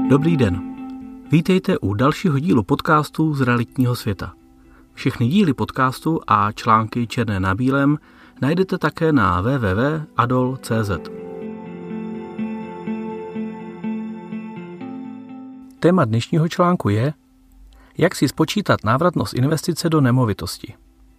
Dobrý den. Vítejte u dalšího dílu podcastu z realitního světa. Všechny díly podcastu a články černé na bílém najdete také na www.adol.cz. Téma dnešního článku je, jak si spočítat návratnost investice do nemovitosti.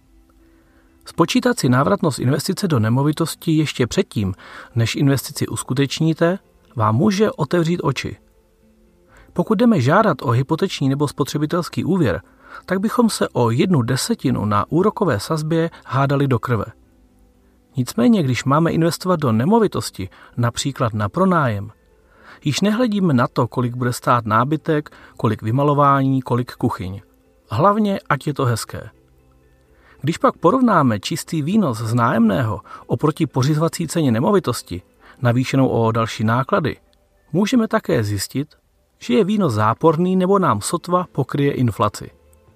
Spočítat si návratnost investice do nemovitosti ještě předtím, než investici uskutečníte, vám může otevřít oči. Pokud jdeme žádat o hypoteční nebo spotřebitelský úvěr, tak bychom se o 1/10 na úrokové sazbě hádali do krve. Nicméně, když máme investovat do nemovitosti, například na pronájem, již nehledíme na to, kolik bude stát nábytek, kolik vymalování, kolik kuchyň. Hlavně, ať je to hezké. Když pak porovnáme čistý výnos z nájemného oproti pořizovací ceně nemovitosti, navýšenou o další náklady, můžeme také zjistit, že je výnos záporný nebo nám sotva pokryje inflaci.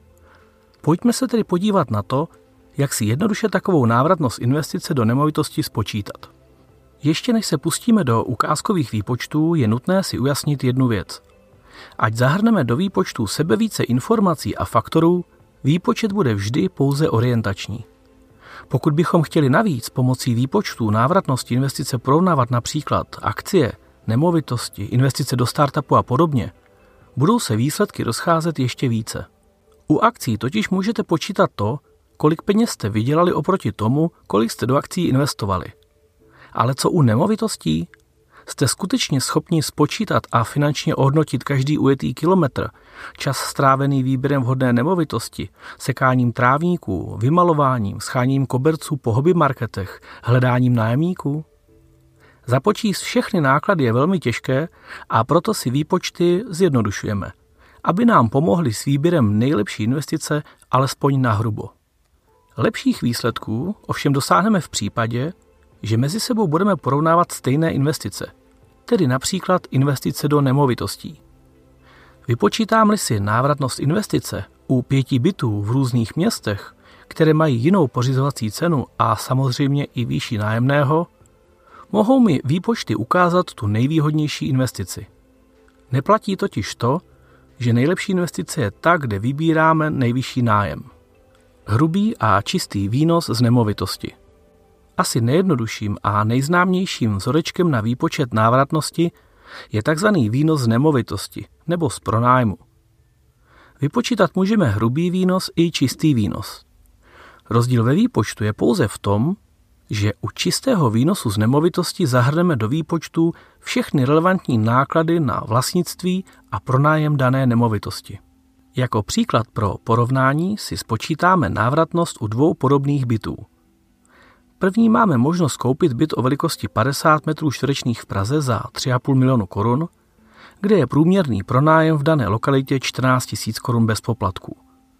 Pojďme se tedy podívat na to, jak si jednoduše takovou návratnost investice do nemovitosti spočítat. Ještě než se pustíme do ukázkových výpočtů, je nutné si ujasnit jednu věc. Ať zahrneme do výpočtu sebevíce informací a faktorů, výpočet bude vždy pouze orientační. Pokud bychom chtěli navíc pomocí výpočtu návratnosti investice porovnávat například akcie, nemovitosti, investice do startupu a podobně, budou se výsledky rozcházet ještě více. U akcí totiž můžete počítat to, kolik peněz jste vydělali oproti tomu, kolik jste do akcí investovali. Ale co u nemovitostí? Jste skutečně schopni spočítat a finančně ohodnotit každý ujetý kilometr, čas strávený výběrem vhodné nemovitosti, sekáním trávníků, vymalováním, scháním koberců po hobby marketech, hledáním nájemníků? Započíst všechny náklady je velmi těžké a proto si výpočty zjednodušujeme, aby nám pomohli s výběrem nejlepší investice alespoň nahrubo. Lepších výsledků ovšem dosáhneme v případě, že mezi sebou budeme porovnávat stejné investice, tedy například investice do nemovitostí. Vypočítám-li si návratnost investice u 5 bytů v různých městech, které mají jinou pořizovací cenu a samozřejmě i výši nájemného, mohou mi výpočty ukázat tu nejvýhodnější investici. Neplatí totiž to, že nejlepší investice je ta, kde vybíráme nejvyšší nájem. Hrubý a čistý výnos z nemovitosti. Asi nejjednodušším a nejznámějším vzorečkem na výpočet návratnosti je tzv. Výnos z nemovitosti nebo z pronájmu. Vypočítat můžeme hrubý výnos i čistý výnos. Rozdíl ve výpočtu je pouze v tom, že u čistého výnosu z nemovitosti zahrneme do výpočtu všechny relevantní náklady na vlastnictví a pronájem dané nemovitosti. Jako příklad pro porovnání si spočítáme návratnost u 2 podobných bytů. První máme možnost koupit byt o velikosti 50 m2 v Praze za 3,5 milionu korun, kde je průměrný pronájem v dané lokalitě 14 000 korun bez poplatků.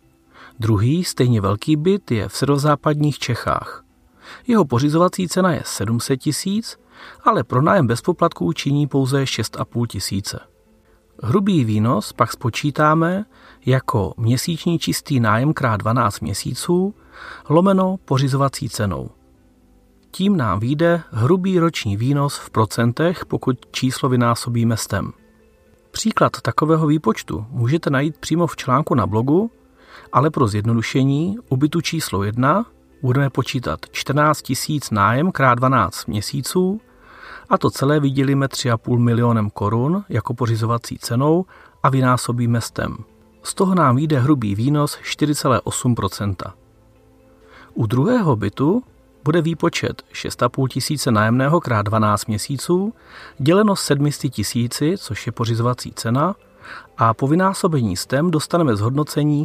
Druhý, stejně velký byt, je v severozápadních Čechách. Jeho pořizovací cena je 700 000, ale pronájem bez poplatků činí pouze 6,5 tisíce. Hrubý výnos pak spočítáme jako měsíční čistý nájem krát 12 měsíců lomeno pořizovací cenou. Tím nám vyjde hrubý roční výnos v procentech, pokud číslo vynásobíme 100. Příklad takového výpočtu můžete najít přímo v článku na blogu, ale pro zjednodušení u bytu číslo 1 budeme počítat 14 000 nájem krát 12 měsíců a to celé vydělíme 3,5 milionem korun jako pořizovací cenou a vynásobíme 100. Z toho nám vyjde hrubý výnos 4,8%. U druhého bytu bude výpočet 6,5 tisíce nájemného krát 12 měsíců děleno 700 000, což je pořizovací cena, a po vynásobení 100 dostaneme zhodnocení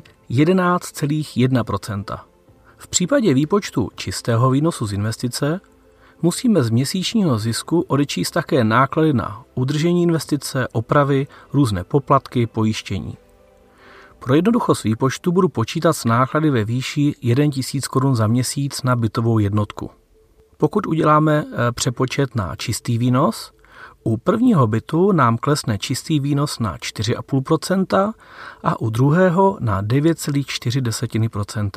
11,1%. V případě výpočtu čistého výnosu z investice musíme z měsíčního zisku odečíst také náklady na udržení investice, opravy, různé poplatky, pojištění. Pro jednoduchost výpočtu budu počítat s náklady ve výši 1 000 korun za měsíc na bytovou jednotku. Pokud uděláme přepočet na čistý výnos, u prvního bytu nám klesne čistý výnos na 4,5% a u druhého na 9,4%.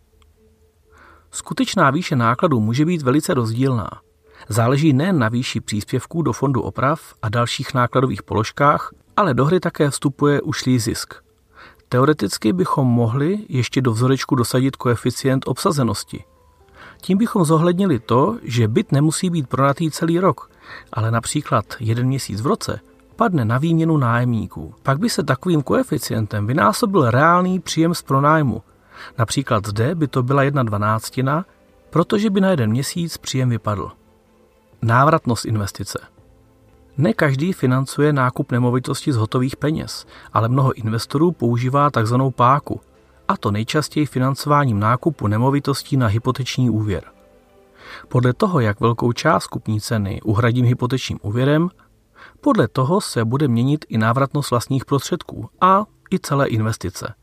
Skutečná výše nákladů může být velice rozdílná. Záleží nejen na výši příspěvků do fondu oprav a dalších nákladových položkách, Ale do hry také vstupuje ušlý zisk. Teoreticky bychom mohli ještě do vzorečku dosadit koeficient obsazenosti. Tím bychom zohlednili to, že byt nemusí být pronajatý celý rok, ale například 1 měsíc v roce padne na výměnu nájemníků. Pak by se takovým koeficientem vynásobil reálný příjem z pronájmu. Například zde by to byla 1/12, protože by na 1 měsíc příjem vypadl. Návratnost investice. Ne každý financuje nákup nemovitosti z hotových peněz, ale mnoho investorů používá takzvanou páku, a to nejčastěji financováním nákupu nemovitostí na hypoteční úvěr. Podle toho, jak velkou část kupní ceny uhradím hypotečním úvěrem, podle toho se bude měnit i návratnost vlastních prostředků a i celé investice.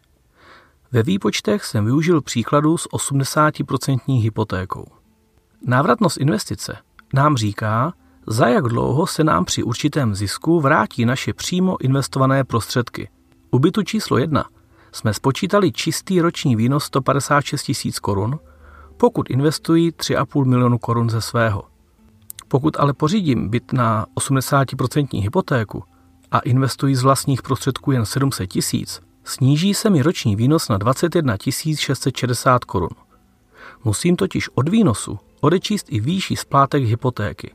Ve výpočtech jsem využil příkladu s 80% hypotékou. Návratnost investice nám říká, za jak dlouho se nám při určitém zisku vrátí naše přímo investované prostředky. U bytu číslo 1 jsme spočítali čistý roční výnos 156 000 korun, pokud investují 3,5 milionu korun ze svého. Pokud ale pořídím byt na 80% hypotéku a investuji z vlastních prostředků jen 700 000, sníží se mi roční výnos na 21 660 korun. Musím totiž od výnosu odečíst i výši splátek hypotéky.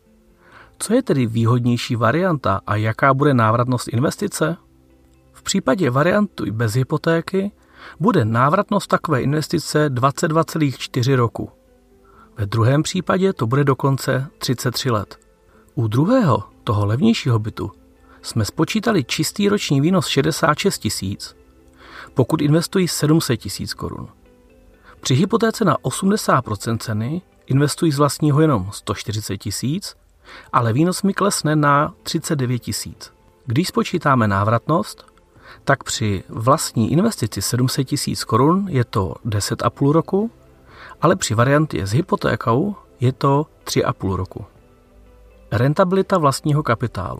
Co je tedy výhodnější varianta a jaká bude návratnost investice? V případě varianty bez hypotéky bude návratnost takové investice 22,4 roku. Ve druhém případě to bude dokonce 33 let. U druhého, toho levnějšího bytu, jsme spočítali čistý roční výnos 66 000, pokud investují 700 000 korun. Při hypotéce na 80% ceny investují z vlastního jenom 140 000, ale výnos mi klesne na 39 000. Když spočítáme návratnost, tak při vlastní investici 700 000 korun je to 10,5 roku, ale při variantě s hypotékou je to 3,5 roku. Rentabilita vlastního kapitálu.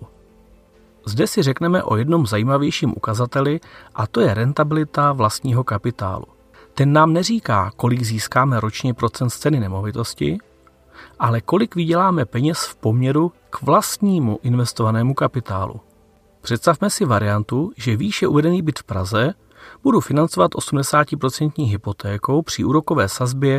Zde si řekneme o jednom zajímavějším ukazateli, a to je rentabilita vlastního kapitálu. Ten nám neříká, kolik získáme ročně procent z ceny nemovitosti, ale kolik vyděláme peněz v poměru k vlastnímu investovanému kapitálu. Představme si variantu, že výše uvedený byt v Praze budu financovat 80% hypotékou při úrokové sazbě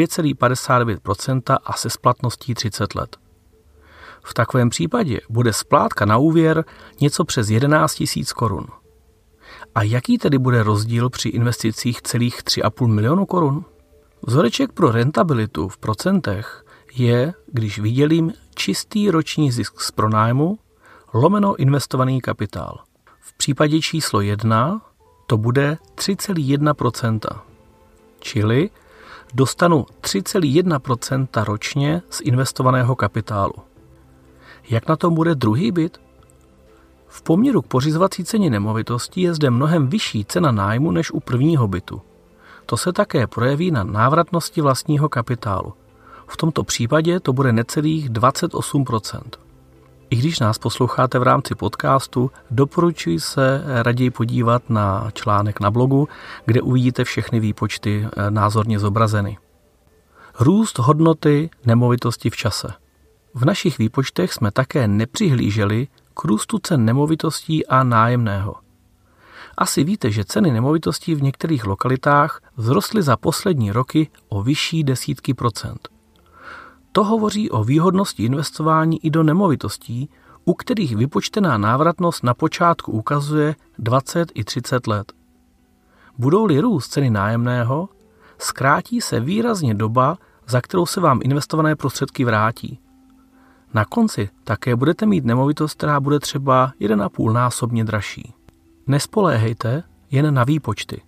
2,59% a se splatností 30 let. V takovém případě bude splátka na úvěr něco přes 11 000 korun. A jaký tedy bude rozdíl při investicích celých 3,5 milionu korun? Vzoreček pro rentabilitu v procentech je, když vydělím čistý roční zisk z pronájmu lomeno investovaný kapitál. V případě číslo 1 to bude 3,1%, čili dostanu 3,1% ročně z investovaného kapitálu. Jak na tom bude druhý byt? V poměru k pořizovací ceně nemovitostí je zde mnohem vyšší cena nájmu než u prvního bytu. To se také projeví na návratnosti vlastního kapitálu. V tomto případě to bude necelých 28%. I když nás posloucháte v rámci podcastu, doporučuji se raději podívat na článek na blogu, kde uvidíte všechny výpočty názorně zobrazeny. Růst hodnoty nemovitosti v čase. V našich výpočtech jsme také nepřihlíželi k růstu cen nemovitostí a nájemného. Asi víte, že ceny nemovitostí v některých lokalitách vzrostly za poslední roky o vyšší desítky procent. To hovoří o výhodnosti investování i do nemovitostí, u kterých vypočtená návratnost na počátku ukazuje 20 i 30 let. Budou-li růst ceny nájemného, zkrátí se výrazně doba, za kterou se vám investované prostředky vrátí. Na konci také budete mít nemovitost, která bude třeba 1,5násobně dražší. Nespoléhejte jen na výpočty.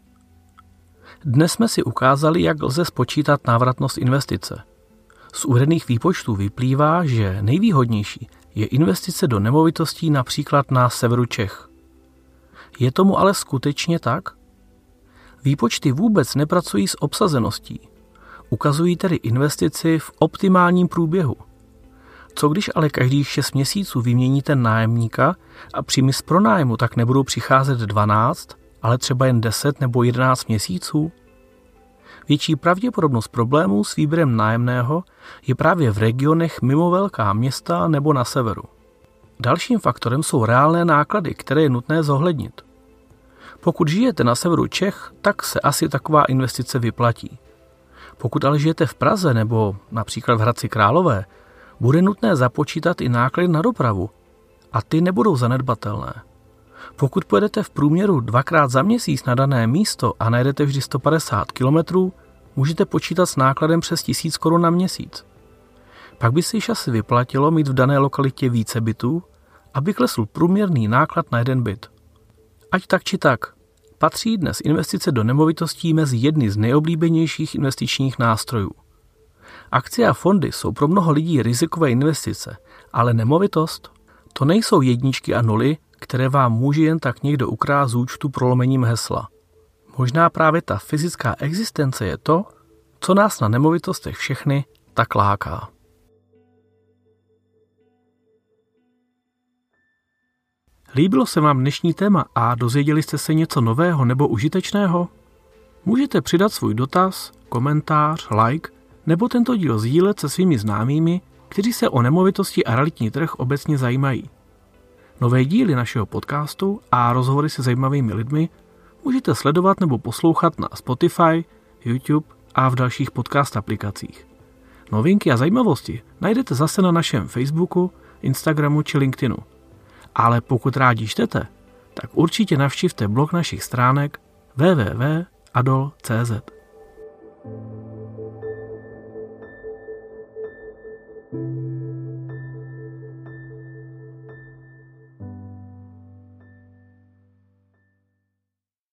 Dnes jsme si ukázali, jak lze spočítat návratnost investice. Z uvedených výpočtů vyplývá, že nejvýhodnější je investice do nemovitostí například na severu Čech. Je tomu ale skutečně tak? Výpočty vůbec nepracují s obsazeností. Ukazují tedy investici v optimálním průběhu. Co když ale každých 6 měsíců vyměníte nájemníka a příjmy z pronájmu tak nebudou přicházet 12, ale třeba jen 10 nebo 11 měsíců? Větší pravděpodobnost problémů s výběrem nájemného je právě v regionech mimo velká města nebo na severu. Dalším faktorem jsou reálné náklady, které je nutné zohlednit. Pokud žijete na severu Čech, tak se asi taková investice vyplatí. Pokud ale žijete v Praze nebo například v Hradci Králové, bude nutné započítat i náklady na dopravu a ty nebudou zanedbatelné. Pokud pojedete v průměru 2krát za měsíc na dané místo a najdete vždy 150 km, můžete počítat s nákladem přes 1000 Kč na měsíc. Pak by se již asi vyplatilo mít v dané lokalitě více bytů, aby klesl průměrný náklad na jeden byt. Ať tak či tak, patří dnes investice do nemovitostí mezi jedny z nejoblíbenějších investičních nástrojů. Akcie a fondy jsou pro mnoho lidí rizikové investice, ale nemovitost to nejsou jedničky a nuly, které vám může jen tak někdo ukrást z účtu prolomením hesla. Možná právě ta fyzická existence je to, co nás na nemovitostech všechny tak láká. Líbilo se vám dnešní téma a dozvěděli jste se něco nového nebo užitečného? Můžete přidat svůj dotaz, komentář, like nebo tento díl sdílet se svými známými, kteří se o nemovitosti a realitní trh obecně zajímají. Nové díly našeho podcastu a rozhovory se zajímavými lidmi můžete sledovat nebo poslouchat na Spotify, YouTube a v dalších podcast aplikacích. Novinky a zajímavosti najdete zase na našem Facebooku, Instagramu či LinkedInu. Ale pokud rádi čtete, tak určitě navštivte blog našich stránek www.adol.cz.